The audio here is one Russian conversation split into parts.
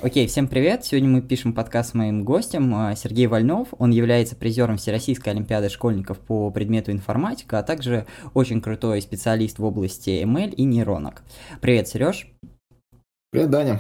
Окей, всем привет! Сегодня мы пишем подкаст с моим гостем Сергей Вольнов. Он является призером Всероссийской олимпиады школьников по предмету информатика, а также очень крутой специалист в области ML и нейронок. Привет, Сереж! Привет, Даня.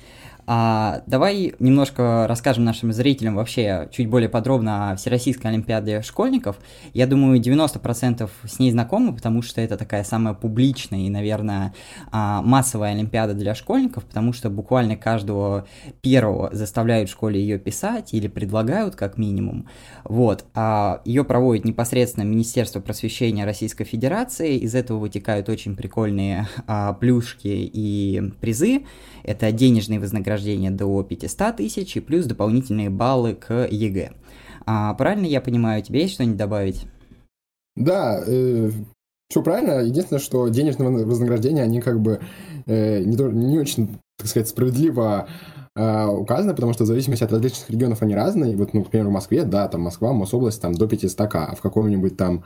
Давай немножко расскажем нашим зрителям вообще чуть более подробно о Всероссийской олимпиаде школьников. Я думаю, 90% с ней знакомы, потому что это такая самая публичная и, наверное, массовая олимпиада для школьников, потому что буквально каждого первого заставляют в школе ее писать или предлагают как минимум. Вот. Ее проводит непосредственно Министерство просвещения Российской Федерации. Из этого вытекают очень прикольные плюшки и призы. Это денежные вознаграждения до 500 тысяч и плюс дополнительные баллы к ЕГЭ. Правильно я понимаю, тебе есть что-нибудь добавить? Да, все правильно. Единственное, что денежные вознаграждения, они как бы не очень, так сказать, справедливо указаны, потому что в зависимости от различных регионов они разные. Вот, например, в Москве, да, там Москва, Мособласть, там до 500к, а в каком-нибудь там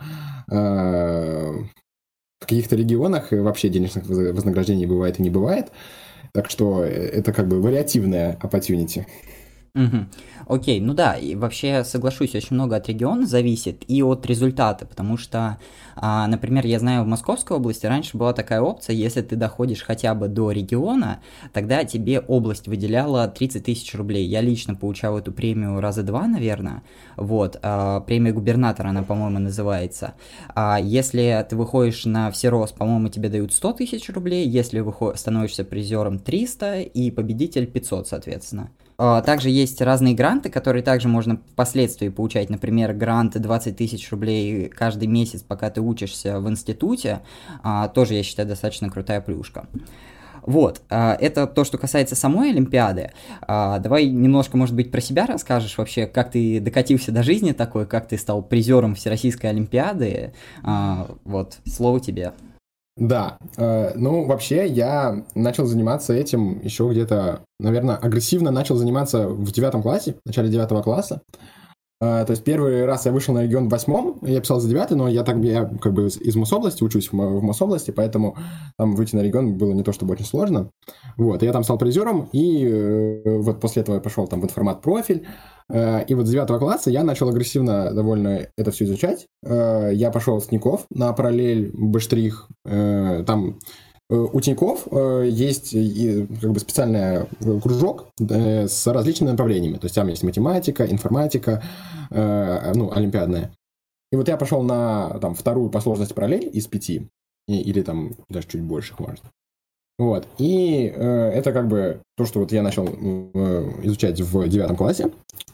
в каких-то регионах вообще денежных вознаграждений бывает и не бывает. Так что это как бы вариативная opportunity. Угу. Окей, ну да, и вообще соглашусь, очень много от региона зависит и от результата, потому что, например, я знаю, в Московской области раньше была такая опция, если ты доходишь хотя бы до региона, тогда тебе область выделяла 30 тысяч рублей. Я лично получал эту премию раза два, наверное, вот, премия губернатора она, по-моему, называется. Если ты выходишь на всерос, по-моему, тебе дают 100 тысяч рублей, если становишься призером 300 и победитель 500, соответственно. Также есть разные гранты, которые также можно впоследствии получать. Например, грант 20 тысяч рублей каждый месяц, пока ты учишься в институте. Тоже, я считаю, достаточно крутая плюшка. Вот, это то, что касается самой Олимпиады. Давай немножко, может быть, про себя расскажешь вообще, как ты докатился до жизни такой, как ты стал призером Всероссийской Олимпиады. Вот, слово тебе. Да, вообще я начал заниматься этим еще где-то, наверное, агрессивно начал заниматься в 9 классе, в начале 9 класса. То есть первый раз я вышел на регион в 8, я писал за 9, но я как бы из Мособласти, учусь в Мособласти, поэтому там выйти на регион было не то чтобы очень сложно. Вот, я там стал призером, и вот после этого я пошел там в информат-профиль. И вот с 9 класса я начал агрессивно довольно это все изучать. Я пошел с Тинькофф на параллель Б-штрих. Там у Тинькофф есть как бы специальный кружок с различными направлениями. То есть там есть математика, информатика, олимпиадная. И вот я пошел на там, вторую по сложности параллель из 5, или там даже чуть больше, может. Вот. И это как бы то, что вот я начал изучать в 9 классе.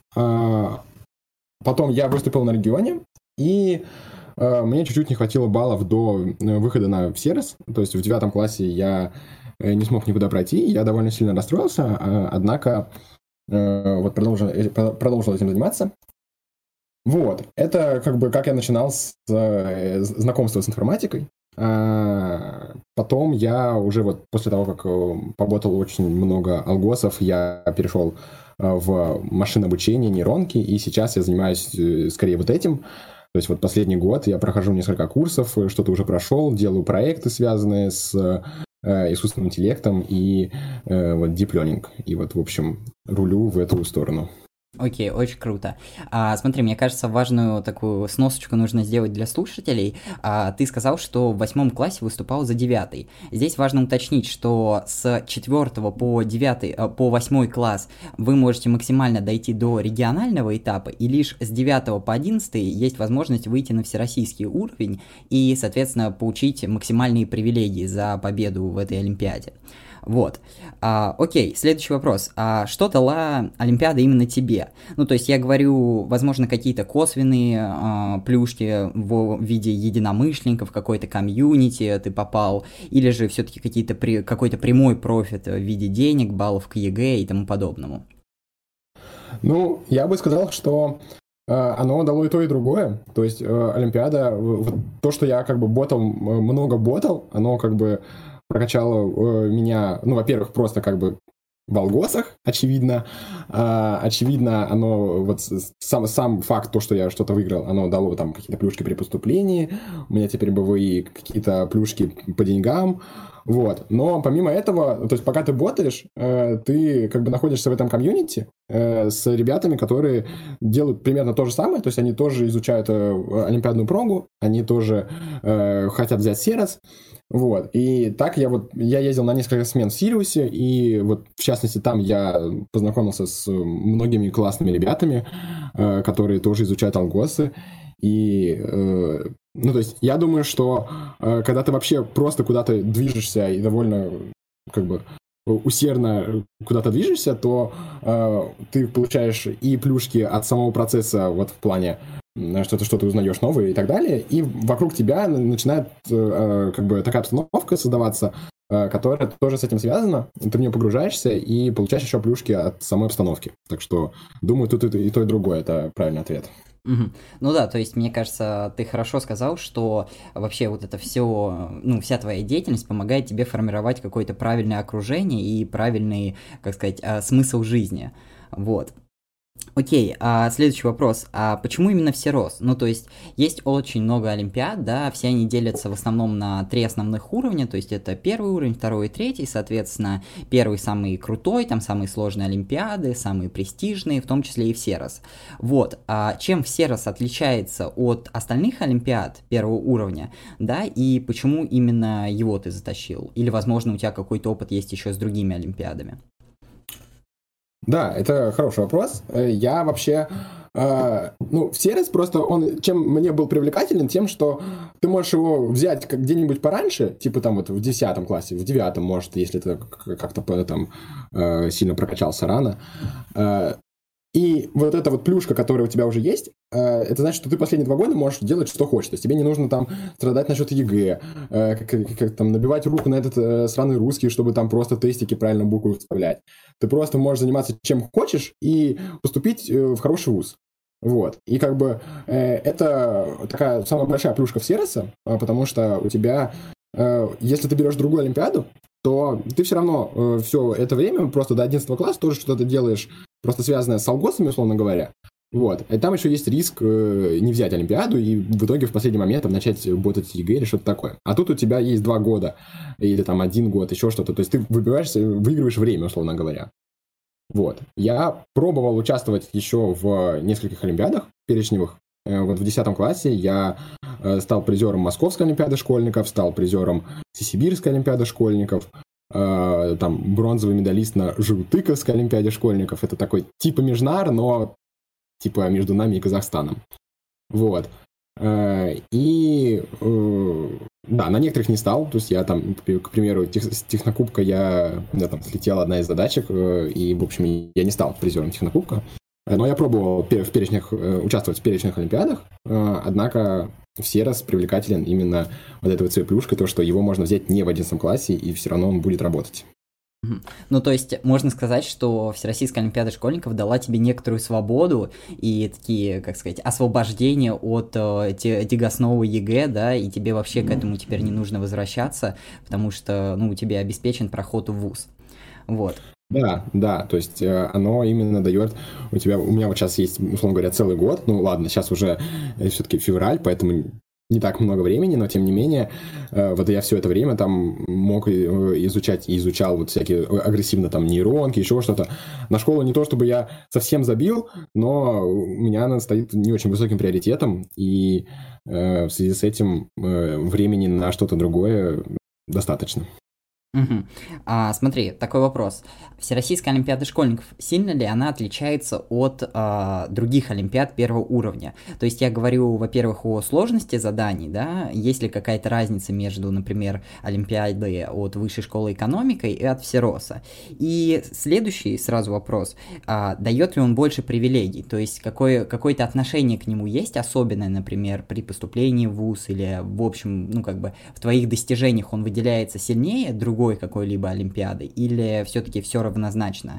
Потом я выступил на регионе, и мне чуть-чуть не хватило баллов до выхода на ВСЕРОС. То есть в 9 классе я не смог никуда пройти, я довольно сильно расстроился, однако вот продолжил этим заниматься. Вот. Это как бы как я начинал с знакомства с информатикой. Потом я уже вот после того, как поработал очень много алгосов, я перешел в машинное обучение, нейронки, и сейчас я занимаюсь скорее вот этим. То есть вот последний год я прохожу несколько курсов, что-то уже прошел, делаю проекты, связанные с искусственным интеллектом и вот deep learning. И вот, в общем, рулю в эту сторону. Окей, очень круто. Смотри, мне кажется, важную такую сносочку нужно сделать для слушателей. Ты сказал, что в 8 классе выступал за 9. Здесь важно уточнить, что с 4 по 9, по 8 класс вы можете максимально дойти до регионального этапа, и лишь с 9 по 11 есть возможность выйти на всероссийский уровень и, соответственно, получить максимальные привилегии за победу в этой Олимпиаде. Вот. Окей, следующий вопрос. Что дала Олимпиада именно тебе? Ну, то есть я говорю, возможно, какие-то косвенные плюшки в виде единомышленников, какой-то комьюнити ты попал, или же все-таки какой-то прямой профит в виде денег, баллов к ЕГЭ и тому подобному? Ну, я бы сказал, что оно дало и то, и другое. То есть Олимпиада, то, что я как бы много ботал, оно как бы прокачало меня, во-первых, просто как бы в алгосах, очевидно. Очевидно, оно, вот сам факт, то, что я что-то выиграл, оно дало там какие-то плюшки при поступлении. У меня теперь были какие-то плюшки по деньгам. Вот. Но помимо этого, то есть пока ты ботаешь, ты как бы находишься в этом комьюнити с ребятами, которые делают примерно то же самое, то есть они тоже изучают олимпиадную прогу, они тоже хотят взять Серос. Вот. И так я ездил на несколько смен в Сириусе, и вот в частности там я познакомился с многими классными ребятами, которые тоже изучают алгосы. И, ну, то есть, я думаю, что когда ты вообще просто куда-то движешься и довольно, как бы, усердно куда-то движешься, то ты получаешь и плюшки от самого процесса, вот в плане что ты узнаешь новое и так далее, и вокруг тебя начинает как бы такая обстановка создаваться, которая тоже с этим связана, ты в нее погружаешься и получаешь еще плюшки от самой обстановки. Так что, думаю, тут и то, и другое, это правильный ответ. Ну да, то есть, мне кажется, ты хорошо сказал, что вообще вот это все, ну, вся твоя деятельность помогает тебе формировать какое-то правильное окружение и правильный, как сказать, смысл жизни. Вот. Окей, следующий вопрос. А почему именно Всерос? Ну, то есть очень много олимпиад, да, все они делятся в основном на 3 основных уровня, то есть это первый уровень, второй и третий, соответственно, первый самый крутой, там самые сложные олимпиады, самые престижные, в том числе и Всерос. Вот, а чем Всерос отличается от остальных олимпиад первого уровня, да, и почему именно его ты затащил? Или, возможно, у тебя какой-то опыт есть еще с другими олимпиадами? Да, это хороший вопрос. Я вообще... ну, Всерос просто, он чем мне был привлекателен, тем, что ты можешь его взять где-нибудь пораньше, типа там вот в 10 классе, в 9, может, если ты как-то там сильно прокачался рано. И вот эта вот плюшка, которая у тебя уже есть, это значит, что ты последние 2 года можешь делать, что хочешь. То есть тебе не нужно там страдать насчет ЕГЭ, как там набивать руку на этот сраный русский, чтобы там просто тестики правильно буквы вставлять. Ты просто можешь заниматься чем хочешь и поступить в хороший вуз. Вот. И как бы это такая самая большая плюшка Всероса, потому что у тебя, если ты берешь другую олимпиаду, то ты все равно все это время просто до 11 класса тоже что-то делаешь, просто связанное с алгосами, условно говоря. Вот. И там еще есть риск не взять олимпиаду и в итоге в последний момент там, начать ботать ЕГЭ или что-то такое. А тут у тебя есть 2 года или там 1 год, еще что-то. То есть ты выигрываешь время, условно говоря. Вот. Я пробовал участвовать еще в нескольких олимпиадах перечневых. Вот в 10 классе я стал призером Московской олимпиады школьников, стал призером Сибирской олимпиады школьников, там бронзовый медалист на Жутыковской олимпиаде школьников. Это такой типа межнар, но типа между нами и Казахстаном. Вот. И да, на некоторых не стал. То есть я там, к примеру, с Технокубка я там слетела одна из задачек, и, в общем, я не стал призером Технокубка. Но я пробовал участвовать в перечных олимпиадах, однако Всерос привлекателен именно вот этой вот своей плюшкой, то, что его можно взять не в 11 классе, и все равно он будет работать. Ну, то есть, можно сказать, что Всероссийская олимпиада школьников дала тебе некоторую свободу и такие, как сказать, освобождение от тягостного ЕГЭ, да, и тебе вообще к этому теперь не нужно возвращаться, потому что, ну, у тебя обеспечен проход в вуз. Вот. Да, то есть оно именно дает у меня вот сейчас есть, условно говоря, целый год, ну ладно, сейчас уже все-таки февраль, поэтому не так много времени, но тем не менее, вот я все это время там мог изучать и изучал вот всякие агрессивно там нейронки, еще что-то. На школу не то, чтобы я совсем забил, но у меня она стоит не очень высоким приоритетом, и в связи с этим времени на что-то другое достаточно. Угу. Смотри, такой вопрос. Всероссийская олимпиада школьников, сильно ли она отличается от других олимпиад первого уровня? То есть я говорю, во-первых, о сложности заданий, да, есть ли какая-то разница между, например, олимпиадой от Высшей школы экономики и от Всероса? И следующий сразу вопрос, дает ли он больше привилегий? То есть какое-то отношение к нему есть особенное, например, при поступлении в вуз или, в общем, ну как бы в твоих достижениях он выделяется сильнее другой какой-либо олимпиады, или все-таки все равнозначно?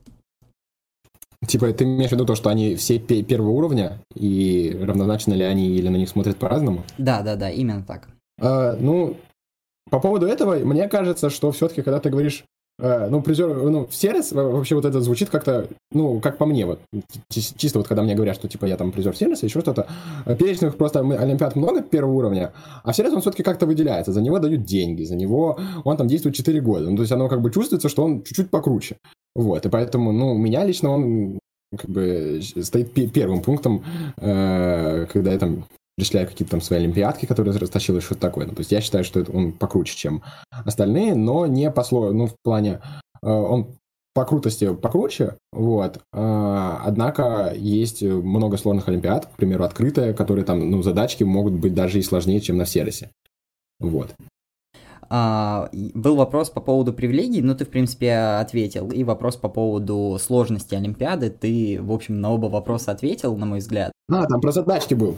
Типа, ты имеешь в виду то, что они все первого уровня, и равнозначно ли они, или на них смотрят по-разному? Да, именно так. Ну, по поводу этого, мне кажется, что все-таки, когда ты говоришь ну, призер, ну, в сервис вообще вот это звучит как-то, ну, как по мне, вот, чисто вот когда мне говорят, что, типа, я там призер сервиса, еще что-то, перечисленных просто олимпиад много первого уровня, а в сервис он все-таки как-то выделяется, за него дают деньги, за него он там действует 4 года, ну, то есть оно как бы чувствуется, что он чуть-чуть покруче, вот, и поэтому, ну, у меня лично он как бы стоит первым пунктом, когда я там перечисляю какие-то там свои олимпиадки, которые растащил, и что-то такое. Ну, то есть я считаю, что он покруче, чем остальные, но не по ну, в плане, он по крутости покруче, вот, однако есть много сложных олимпиад, к примеру, открытые, которые там, ну, задачки могут быть даже и сложнее, чем на сервисе, вот. Был вопрос по поводу привилегий, но ты, в принципе, ответил. И вопрос по поводу сложности Олимпиады. Ты, в общем, на оба вопроса ответил, на мой взгляд. Там про задачки был.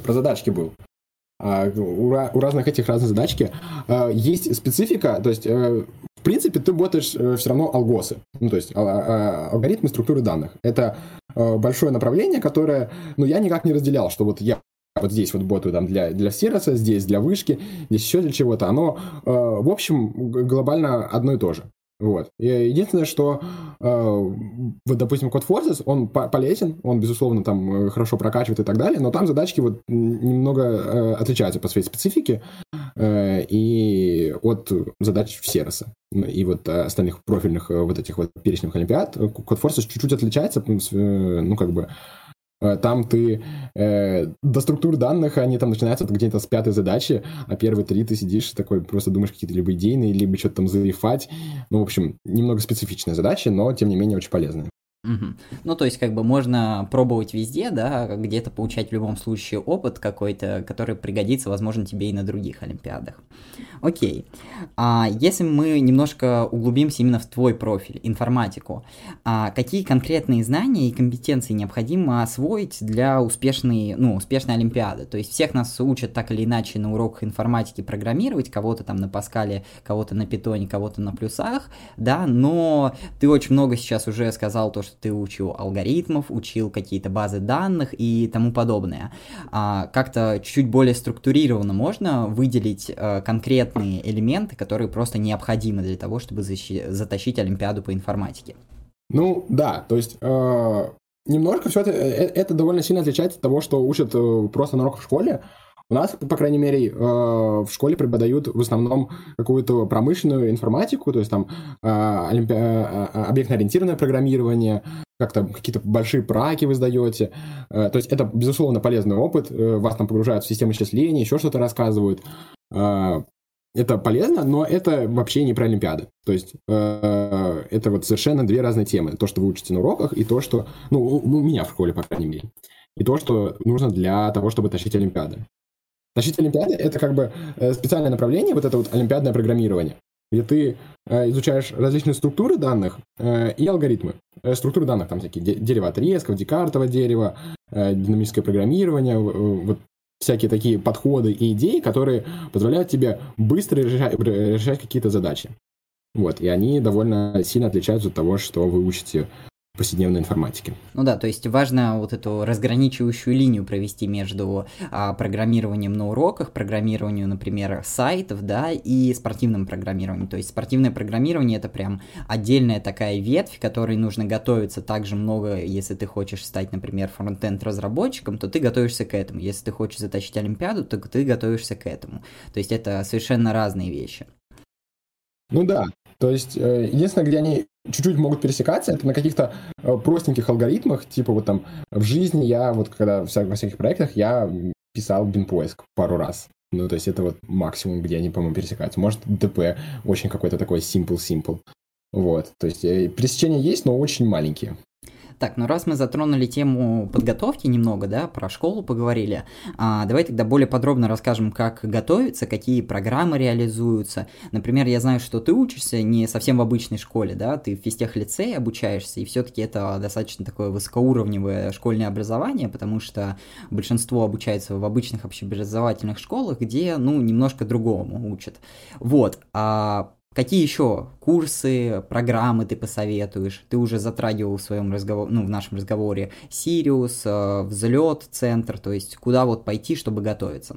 У разных этих разные задачки. Есть специфика, то есть, в принципе, ты работаешь все равно алгосы, ну, то есть алгоритмы структуры данных. Это большое направление, которое, ну, я никак не разделял, что вот я вот здесь вот ботаю там для сервиса, здесь для вышки, здесь еще для чего-то. Оно, в общем, глобально одно и то же. Вот. И единственное, что, вот, допустим, CodeForces, он полезен, он, безусловно, там хорошо прокачивает и так далее, но там задачки вот немного отличаются по своей специфике и от задач в сервиса. И вот остальных профильных вот этих вот перечневых олимпиад CodeForces чуть-чуть отличается, ну, как бы, там ты до структур данных, они там начинаются где-то с 5-й задачи, а первые 3 ты сидишь такой, просто думаешь какие-то либо идейные, либо что-то там зарифать. Ну, в общем, немного специфичные задачи, но, тем не менее, очень полезные. Угу. Ну, то есть, как бы можно пробовать везде, да, где-то получать в любом случае опыт какой-то, который пригодится, возможно, тебе и на других олимпиадах. Окей. Если мы немножко углубимся именно в твой профиль, информатику, какие конкретные знания и компетенции необходимо освоить для успешной олимпиады? То есть, всех нас учат так или иначе на уроках информатики программировать, кого-то там на Паскале, кого-то на Питоне, кого-то на плюсах, да, но ты очень много сейчас уже сказал то, что ты учил алгоритмов, учил какие-то базы данных и тому подобное. Как-то чуть более структурированно можно выделить конкретные элементы, которые просто необходимы для того, чтобы затащить Олимпиаду по информатике? Ну, да, то есть немножко все это довольно сильно отличается от того, что учат просто на уроках в школе. У нас, по крайней мере, в школе преподают в основном какую-то промышленную информатику, то есть там объектно-ориентированное программирование, как-то какие-то большие праки вы сдаете. То есть это, безусловно, полезный опыт. Вас там погружают в систему исчисления, еще что-то рассказывают. Это полезно, но это вообще не про Олимпиады. То есть это вот совершенно две разные темы. То, что вы учите на уроках, и то, что... Ну, у меня в школе, по крайней мере. И то, что нужно для того, чтобы тащить Олимпиады. Тащить Олимпиады — это как бы специальное направление, вот это вот олимпиадное программирование, где ты изучаешь различные структуры данных и алгоритмы. Структуры данных, там всякие дерево отрезков, декартово дерево, динамическое программирование, вот всякие такие подходы и идеи, которые позволяют тебе быстро решать какие-то задачи. Вот, и они довольно сильно отличаются от того, что вы учите в повседневной информатике. Ну да, то есть важно вот эту разграничивающую линию провести между программированием на уроках, программированием, например, сайтов, да, и спортивным программированием. То есть спортивное программирование — это прям отдельная такая ветвь, которой нужно готовиться также много. Если ты хочешь стать, например, фронтенд-разработчиком, то ты готовишься к этому. Если ты хочешь затащить Олимпиаду, то ты готовишься к этому. То есть это совершенно разные вещи. Ну да, то есть единственное, где они чуть-чуть могут пересекаться, это на каких-то простеньких алгоритмах, типа вот там в жизни я вот когда во всяких проектах я писал бинпоиск пару раз. Ну, то есть это вот максимум, где они, по-моему, пересекаются. Может, ДП очень какой-то такой simple. Вот, то есть пересечения есть, но очень маленькие. Так, ну раз мы затронули тему подготовки немного, да, про школу поговорили, давай тогда более подробно расскажем, как готовиться, какие программы реализуются. Например, я знаю, что ты учишься не совсем в обычной школе, да, ты в физтех-лицее обучаешься, и все-таки это достаточно такое высокоуровневое школьное образование, потому что большинство обучается в обычных общеобразовательных школах, где, ну, немножко другому учат. Вот, какие еще курсы, программы ты посоветуешь? Ты уже затрагивал в своем разговоре, в нашем разговоре Сириус, Взлет, Центр, то есть куда вот пойти, чтобы готовиться?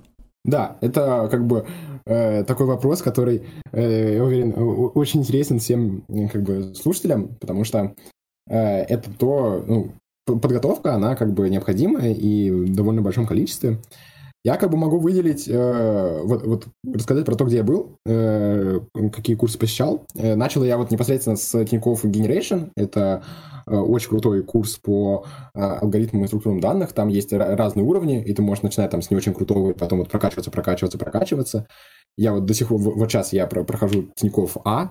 Да, это как бы такой вопрос, который, я уверен, очень интересен всем как бы слушателям, потому что это то, ну, подготовка, она как бы необходимая и в довольно большом количестве. Я как бы могу выделить, вот рассказать про то, где я был, какие курсы посещал. Начал я вот непосредственно с Тинькофф Generation. Это очень крутой курс по алгоритмам и структурам данных. Там есть разные уровни, и ты можешь начинать там с не очень крутого, и потом вот прокачиваться. Я вот до сих пор, вот сейчас я прохожу Тинькофф А,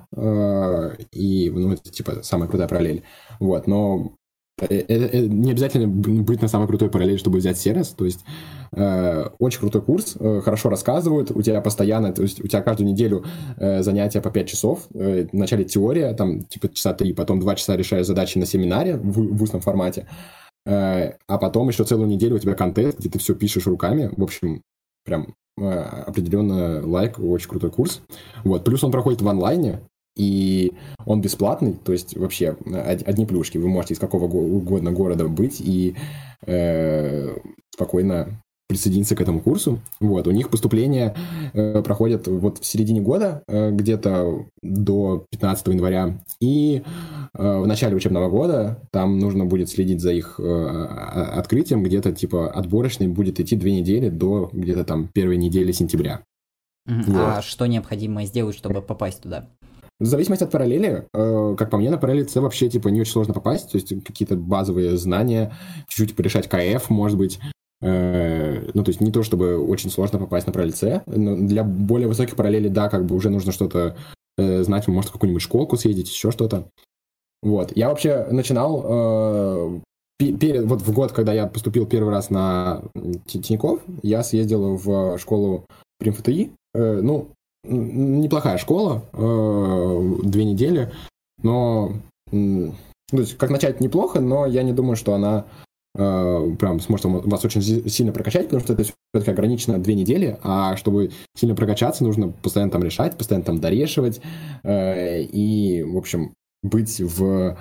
и, ну, это типа самая крутая параллель. Вот, но не обязательно быть на самой крутой параллели, чтобы взять сервис. То есть очень крутой курс, хорошо рассказывают, у тебя постоянно, то есть у тебя каждую неделю занятия по 5 часов. Вначале теория, там типа часа 3, потом 2 часа решаешь задачи на семинаре в устном формате, а потом еще целую неделю у тебя контент, где ты все пишешь руками. В общем, прям определенно лайк, очень крутой курс. Вот. Плюс он проходит в онлайне, и он бесплатный, то есть вообще одни плюшки. Вы можете из какого угодно города быть и спокойно присоединиться к этому курсу. Вот. У них поступления проходят вот в середине года, где-то до 15 января, и в начале учебного года там нужно будет следить за их открытием, где-то типа отборочный будет идти 2 недели до где-то там первой недели сентября. Вот. А что необходимо сделать, чтобы попасть туда? В зависимости от параллели, как по мне, на параллели С вообще типа не очень сложно попасть, то есть какие-то базовые знания, чуть-чуть порешать КФ, может быть. Ну, то есть не то, чтобы очень сложно попасть на параллель С, но для более высоких параллелей, да, как бы уже нужно что-то знать, может, в какую-нибудь школку съездить, еще что-то. Вот. Я вообще начинал вот в год, когда я поступил первый раз на Тинькофф, я съездил в школу при МФТИ, ну, неплохая школа, 2 недели, но, то есть, как начать неплохо, но я не думаю, что она прям сможет вас очень сильно прокачать, потому что это все-таки ограничено 2 недели, а чтобы сильно прокачаться, нужно постоянно там решать, постоянно там дорешивать, и, в общем, быть в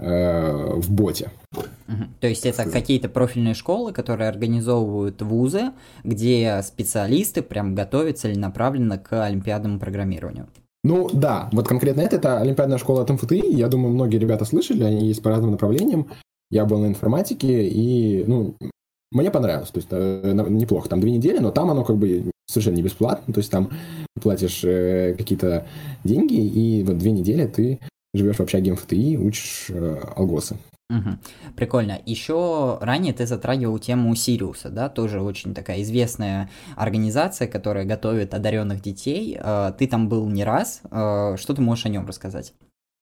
боте. То есть это какие-то профильные школы, которые организовывают вузы, где специалисты прям готовят целенаправленно к олимпиадному программированию. Ну да, вот конкретно это олимпиадная школа от МФТИ, я думаю, многие ребята слышали, они есть по разным направлениям. Я был на информатике, и, ну, мне понравилось, то есть неплохо, там 2 недели, но там оно как бы совершенно не бесплатно, то есть там платишь какие-то деньги, и вот 2 недели ты живешь в общаге МФТИ, учишь алгосы. Угу. Прикольно. Еще ранее ты затрагивал тему Сириуса, да, тоже очень такая известная организация, которая готовит одаренных детей. Ты там был не раз. Что ты можешь о нем рассказать?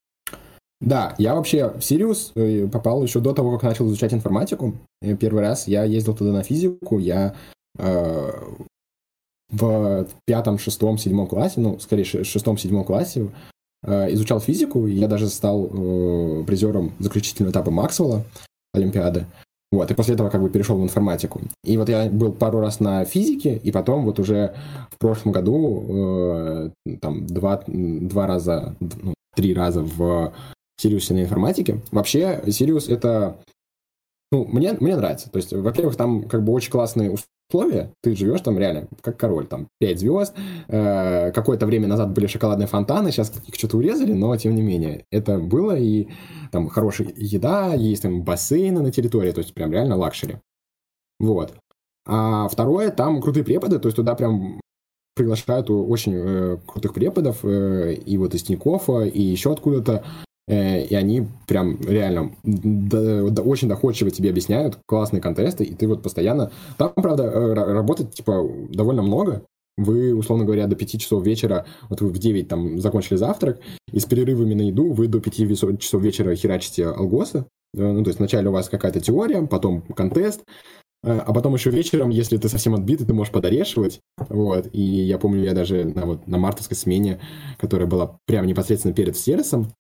Да, я вообще в Сириус попал еще до того, как начал изучать информатику. Первый раз я ездил туда на физику, я в 5, 6, 7 классе, ну, скорее, 6-7 классе изучал физику, и я даже стал призером заключительного этапа Максвелла Олимпиады. Вот, и после этого как бы перешел в информатику. И вот я был пару раз на физике, и потом вот уже в прошлом году там 2 раза, 3 раза в Сириусе на информатике. Вообще, Сириус это... Ну, мне нравится. То есть, во-первых, там как бы очень классные условия. Ты живешь там реально как король. Там 5 звезд. Какое-то время назад были шоколадные фонтаны. Сейчас их что-то урезали, но тем не менее. Это было. И там хорошая еда, есть там бассейны на территории. То есть, прям реально лакшери. Вот. А второе, там крутые преподы. То есть, туда прям приглашают очень крутых преподов. И вот из Тинькоффа, и еще откуда-то. И они прям реально очень доходчиво тебе объясняют, классные контесты, и ты вот постоянно... Там, правда, работать, типа, довольно много. Вы, условно говоря, до 5 часов вечера, вот вы в 9 там закончили завтрак, и с перерывами на еду вы до 5 часов вечера херачите алгосы. Ну, то есть вначале у вас какая-то теория, потом контест, а потом еще вечером, если ты совсем отбитый, ты можешь подорешивать. Вот. И я помню, я даже на мартовской смене, которая была прямо непосредственно перед сервисом,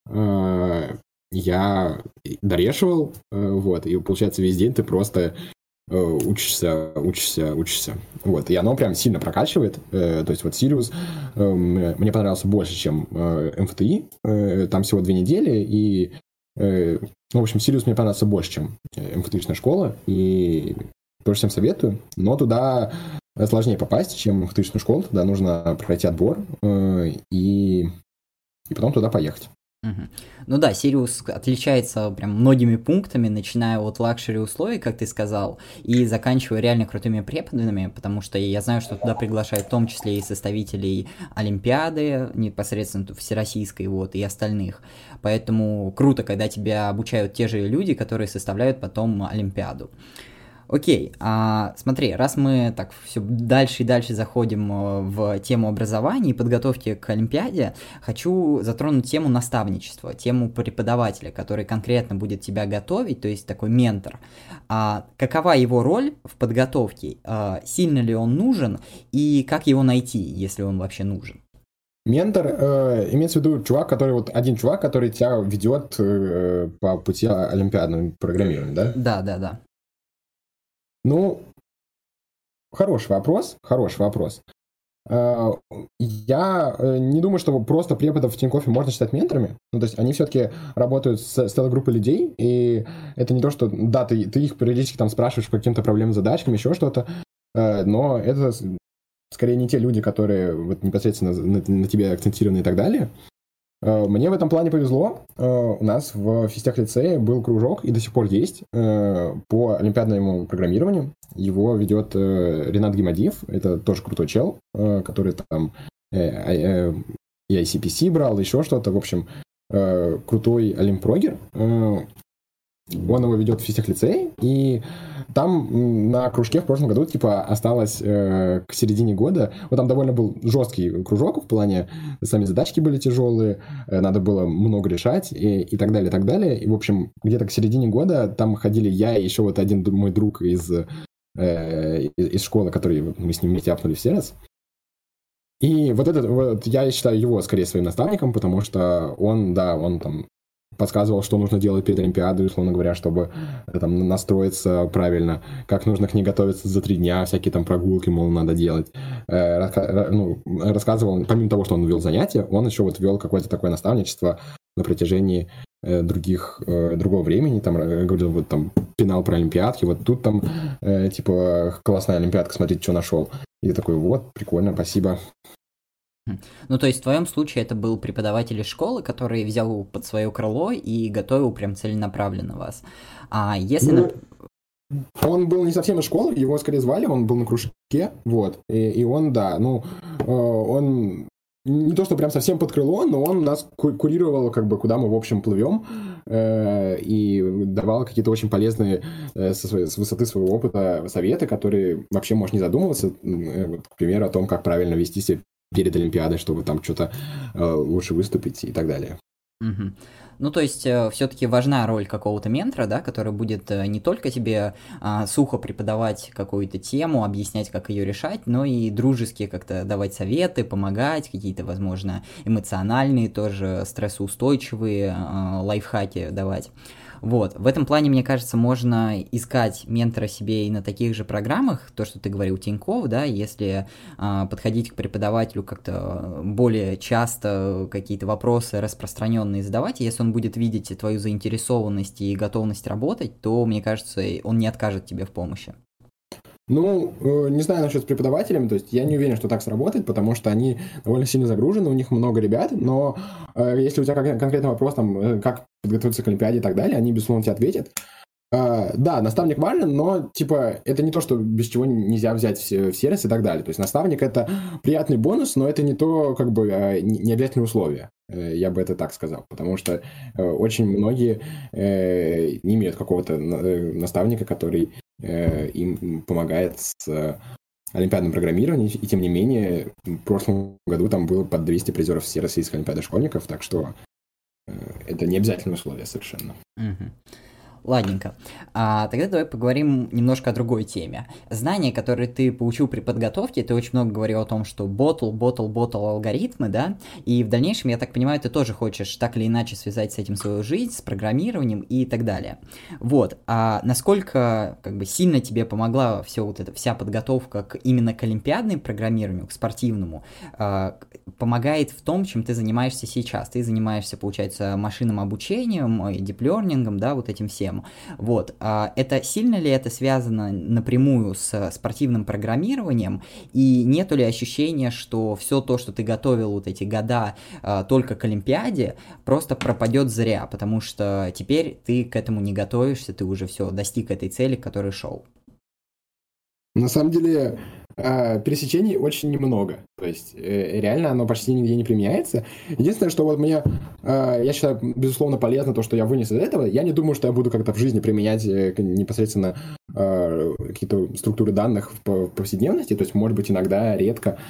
я дорешивал. Вот. И получается, весь день ты просто учишься. Вот. И оно прям сильно прокачивает. То есть вот Сириус мне понравился больше, чем МФТИ. Там всего 2 недели. И, в общем, Сириус мне понравился больше, чем МФТИшная школа. И тоже всем советую, но туда сложнее попасть, чем в тысячную школу. Туда нужно пройти отбор и потом туда поехать. Мгм. Ну да, Сириус отличается прям многими пунктами, начиная от лакшери условий, как ты сказал, и заканчивая реально крутыми преподами, потому что я знаю, что туда приглашают в том числе и составителей Олимпиады, непосредственно всероссийской, вот, и остальных. Поэтому круто, когда тебя обучают те же люди, которые составляют потом Олимпиаду. Окей, смотри, раз мы так все дальше и дальше заходим в тему образования и подготовки к Олимпиаде, хочу затронуть тему наставничества, тему преподавателя, который конкретно будет тебя готовить, то есть такой ментор. Какова его роль в подготовке? Сильно ли он нужен и как его найти, если он вообще нужен? Ментор имеется в виду чувак, который вот один чувак, который тебя ведет по пути олимпиадного программирования, да? Да. Ну, хороший вопрос. Я не думаю, что просто преподов в Тинькоффе можно считать менторами. Ну, то есть они все-таки работают с целой группой людей, и это не то, что, да, ты их периодически там спрашиваешь по каким-то проблемам, задачкам, еще что-то, но это скорее не те люди, которые вот непосредственно на тебе акцентированы и так далее. Мне в этом плане повезло. У нас в физтех-лицее был кружок, и до сих пор есть, по олимпиадному программированию. Его ведет Ренат Гимадиев. Это тоже крутой чел, который там и ICPC брал, еще что-то. В общем, крутой олимпрогер. Он его ведет в физтех-лицее, и там на кружке в прошлом году, типа, осталось к середине года, вот там довольно был жесткий кружок в плане, сами задачки были тяжелые, надо было много решать и так далее, и так далее. И, в общем, где-то к середине года там ходили я и еще вот один мой друг из школы, который мы с ним вместе апнули в Сервис. И вот этот, вот, я считаю его скорее своим наставником, потому что он там подсказывал, что нужно делать перед Олимпиадой, условно говоря, чтобы там настроиться правильно, как нужно к ней готовиться за 3 дня, всякие там прогулки, мол, надо делать. Рассказывал, помимо того, что он вел занятия, он еще вот вел какое-то такое наставничество на протяжении другого времени, там, говорил, вот там, пенал про олимпиадки, вот тут там, типа, классная олимпиадка, смотрите, что нашел. И такой, вот, прикольно, спасибо. Ну, то есть в твоем случае это был преподаватель из школы, который взял под свое крыло и готовил прям целенаправленно вас. А если... Он был не совсем из школы, его скорее звали, он был на кружке, вот. И он, да, он не то, что прям совсем под крыло, но он нас курировал, как бы, куда мы, в общем, плывем, и давал какие-то очень полезные с высоты своего опыта советы, которые вообще можешь не задумываться, к примеру, о том, как правильно вести себя перед Олимпиадой, чтобы там что-то лучше выступить и так далее. Угу. Ну, то есть, все-таки важна роль какого-то ментора, да, который будет не только тебе сухо преподавать какую-то тему, объяснять, как ее решать, но и дружески как-то давать советы, помогать, какие-то, возможно, эмоциональные, тоже стрессоустойчивые лайфхаки давать. Вот, в этом плане, мне кажется, можно искать ментора себе и на таких же программах, то, что ты говорил, Тинькофф, да, если подходить к преподавателю как-то более часто, какие-то вопросы распространенные задавать, и если он будет видеть твою заинтересованность и готовность работать, то, мне кажется, он не откажет тебе в помощи. Ну, не знаю насчет с преподавателями, то есть я не уверен, что так сработает, потому что они довольно сильно загружены, у них много ребят, но если у тебя конкретный вопрос, там, как подготовиться к Олимпиаде и так далее, они, безусловно, тебе ответят. Да, наставник важен, но, типа, это не то, что без чего нельзя взять в сервис и так далее. То есть наставник — это приятный бонус, но это не то, как бы, не обязательное условие. Я бы это так сказал, потому что очень многие не имеют какого-то наставника, который им помогает с олимпиадным программированием, и тем не менее в прошлом году там было под 200 призеров Всероссийской олимпиады школьников, так что это не обязательное условие совершенно. Ладненько. Тогда давай поговорим немножко о другой теме. Знания, которые ты получил при подготовке, ты очень много говорил о том, что ботл алгоритмы, да, и в дальнейшем, я так понимаю, ты тоже хочешь так или иначе связать с этим свою жизнь, с программированием и так далее. Вот. А насколько, как бы, сильно тебе помогла вся подготовка именно к олимпиадному программированию, к спортивному, помогает в том, чем ты занимаешься сейчас? Ты занимаешься, получается, машинным обучением, дип-лернингом, да, вот этим всем. по-моему. Вот. Это сильно ли это связано напрямую с спортивным программированием? И нету ли ощущения, что все то, что ты готовил вот эти года только к Олимпиаде, просто пропадет зря, потому что теперь ты к этому не готовишься, ты уже все достиг этой цели, к которой шел? На самом деле, пересечений очень немного. То есть, реально оно почти нигде не применяется. Единственное, что вот мне, я считаю, безусловно, полезно то, что я вынес из этого. Я не думаю, что я буду как-то в жизни применять непосредственно какие-то структуры данных в повседневности. То есть, может быть, иногда, редко.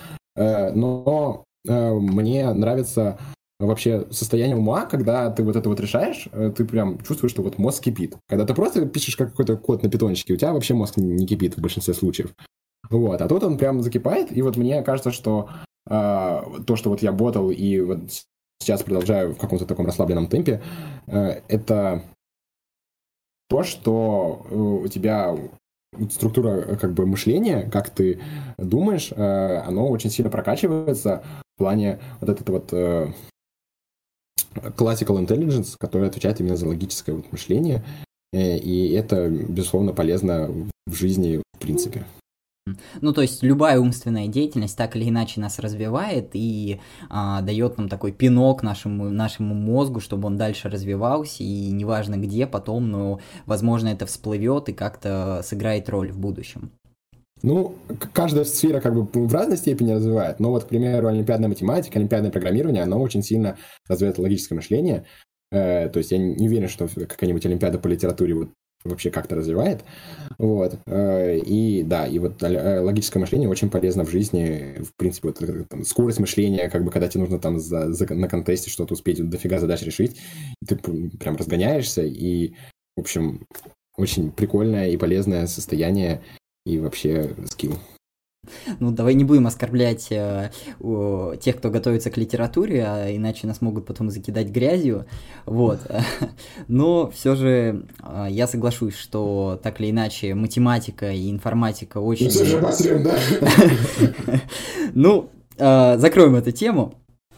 Но мне нравится вообще состояние ума, когда ты вот это вот решаешь, ты прям чувствуешь, что вот мозг кипит. Когда ты просто пишешь какой-то код на питончике, у тебя вообще мозг не кипит в большинстве случаев. Вот, а тут он прям закипает, и вот мне кажется, что то, что вот я ботал и вот сейчас продолжаю в каком-то таком расслабленном темпе, это то, что у тебя структура как бы мышления, как ты думаешь, оно очень сильно прокачивается в плане вот этого вот classical intelligence, который отвечает именно за логическое вот мышление, и это, безусловно, полезно в жизни в принципе. Ну, то есть любая умственная деятельность так или иначе нас развивает и дает нам такой пинок нашему мозгу, чтобы он дальше развивался, и неважно где потом, но, возможно, это всплывет и как-то сыграет роль в будущем. Ну, каждая сфера как бы в разной степени развивает, но вот, к примеру, олимпиадная математика, олимпиадное программирование, оно очень сильно развивает логическое мышление, то есть я не уверен, что какая-нибудь олимпиада по литературе вот вообще как-то развивает, вот, и да, и вот логическое мышление очень полезно в жизни, в принципе, вот там, скорость мышления, как бы, когда тебе нужно там на контесте что-то успеть, вот, дофига задач решить, ты прям разгоняешься, и, в общем, очень прикольное и полезное состояние и вообще скилл. Ну, давай не будем оскорблять тех, кто готовится к литературе, а иначе нас могут потом закидать грязью. Вот. Но все же я соглашусь, что так или иначе математика и информатика очень... Ну, все же посрем, да? Ну, закроем эту тему.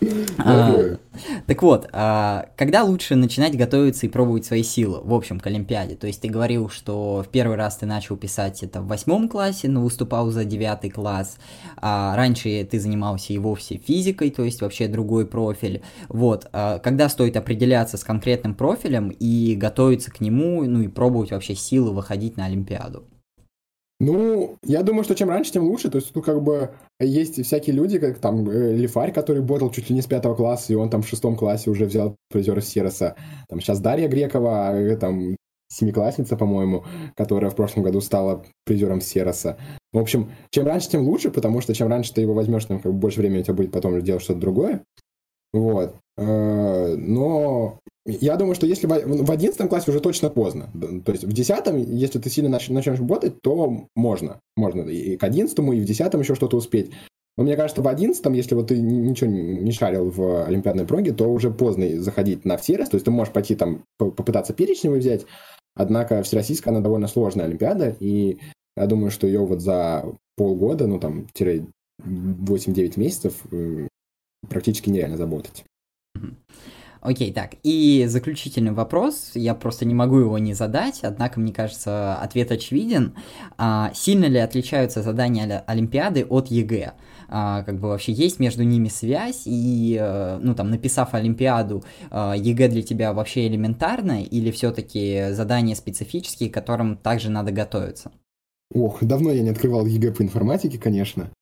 Так вот, когда лучше начинать готовиться и пробовать свои силы, в общем, к Олимпиаде? То есть ты говорил, что в первый раз ты начал писать это в 8 классе, но выступал за 9 класс, а раньше ты занимался и вовсе физикой, то есть вообще другой профиль. Вот, когда стоит определяться с конкретным профилем и готовиться к нему, ну и пробовать вообще силы выходить на Олимпиаду? Ну, я думаю, что чем раньше, тем лучше. То есть тут как бы есть всякие люди, как там Лифарь, который ботал чуть ли не с 5 класса, и он там в 6 классе уже взял призера Сероса. Там сейчас Дарья Грекова, там семиклассница, по-моему, которая в прошлом году стала призером Сероса. В общем, чем раньше, тем лучше, потому что чем раньше ты его возьмешь, тем как бы больше времени у тебя будет потом делать что-то другое. Вот. Но я думаю, что если в 11 классе уже точно поздно. То есть в 10, если ты сильно начнешь работать, то можно. Можно и к 11, и в 10 еще что-то успеть. Но мне кажется, в 11, если вот ты ничего не шарил в олимпиадной проге, то уже поздно заходить на Всерос. То есть ты можешь пойти там попытаться перечневый взять, однако всероссийская, она довольно сложная олимпиада, и я думаю, что ее вот за полгода, ну там, 8-9 месяцев практически нереально заботать. Окей, так, и заключительный вопрос, я просто не могу его не задать, однако, мне кажется, ответ очевиден. Сильно ли отличаются задания Олимпиады от ЕГЭ? Как бы вообще есть между ними связь, и, ну, там, написав Олимпиаду, ЕГЭ для тебя вообще элементарно, или все-таки задания специфические, к которым также надо готовиться? Ох, давно я не открывал ЕГЭ по информатике, конечно.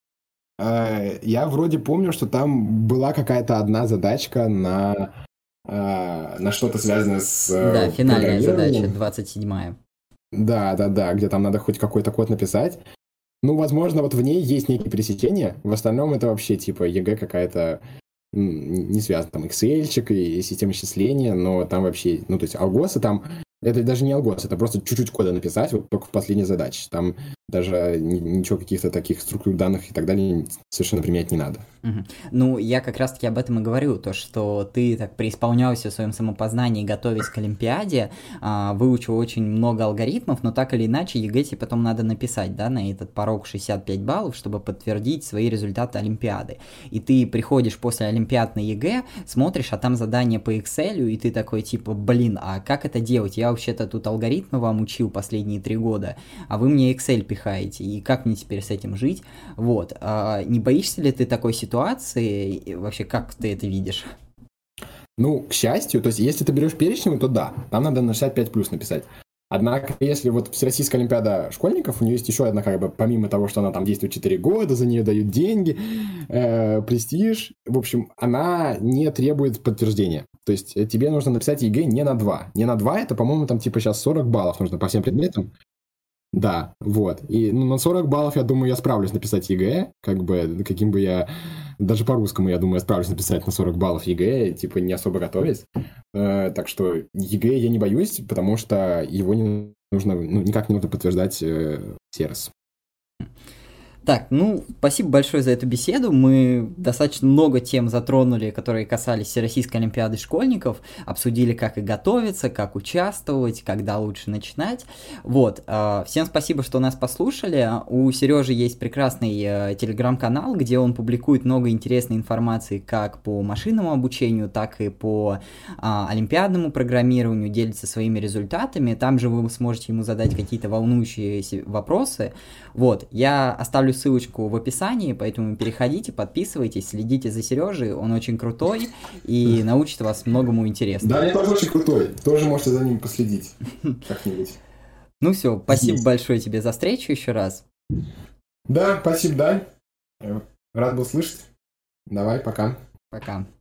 Я вроде помню, что там была какая-то одна задачка на что-то связанное с да, финальная задача, 27-я. Да, где там надо хоть какой-то код написать. Ну, возможно, вот в ней есть некие пересечения. В остальном это вообще типа ЕГЭ какая-то не связана. Там Excel-чик и система счисления, но там вообще... Ну, то есть алгосы там... Это даже не алгос, это просто чуть-чуть кода написать, вот только в последней задаче. Там даже ничего, каких-то таких структур данных и так далее совершенно применять не надо. Ну, я как раз-таки об этом и говорю, то, что ты так преисполнялся в своем самопознании, готовясь к Олимпиаде, выучил очень много алгоритмов, но так или иначе ЕГЭ тебе потом надо написать, да, на этот порог 65 баллов, чтобы подтвердить свои результаты Олимпиады. И ты приходишь после Олимпиад на ЕГЭ, смотришь, а там задание по Excel, и ты такой, типа, блин, а как это делать? Я вообще-то тут алгоритмы вам учил последние 3 года, а вы мне Excel пихаете, и как мне теперь с этим жить? Вот. Не боишься ли ты такой ситуации? И вообще, как ты это видишь? Ну, к счастью, то есть, если ты берешь перечень, то да, там надо на 65 плюс написать. Однако, если вот Всероссийская Олимпиада школьников, у нее есть еще одна, как бы, помимо того, что она там действует 4 года, за нее дают деньги, престиж, в общем, она не требует подтверждения. То есть, тебе нужно написать ЕГЭ не на 2. Не на 2, это, по-моему, там типа сейчас 40 баллов нужно по всем предметам. Да, вот. И на 40 баллов, я думаю, я справлюсь написать ЕГЭ, как бы, каким бы я... Даже по-русскому, я думаю, я справлюсь написать на 40 баллов ЕГЭ, типа, не особо готовясь. Так что ЕГЭ я не боюсь, потому что его не нужно, никак не нужно подтверждать сервис. Так, ну, спасибо большое за эту беседу. Мы достаточно много тем затронули, которые касались Всероссийской Олимпиады школьников, обсудили, как и готовиться, как участвовать, когда лучше начинать. Вот, всем спасибо, что нас послушали. У Сережи есть прекрасный телеграм-канал, где он публикует много интересной информации как по машинному обучению, так и по олимпиадному программированию, делится своими результатами. Там же вы сможете ему задать какие-то волнующие вопросы. Вот, я оставлю ссылочку в описании, поэтому переходите, подписывайтесь, следите за Сережей, он очень крутой и научит вас многому интересному. Да, я тоже очень крутой, тоже можете за ним последить как-нибудь. Ну все, спасибо большое тебе за встречу еще раз. Да, спасибо, Дань. Рад был слышать. Давай, пока. Пока.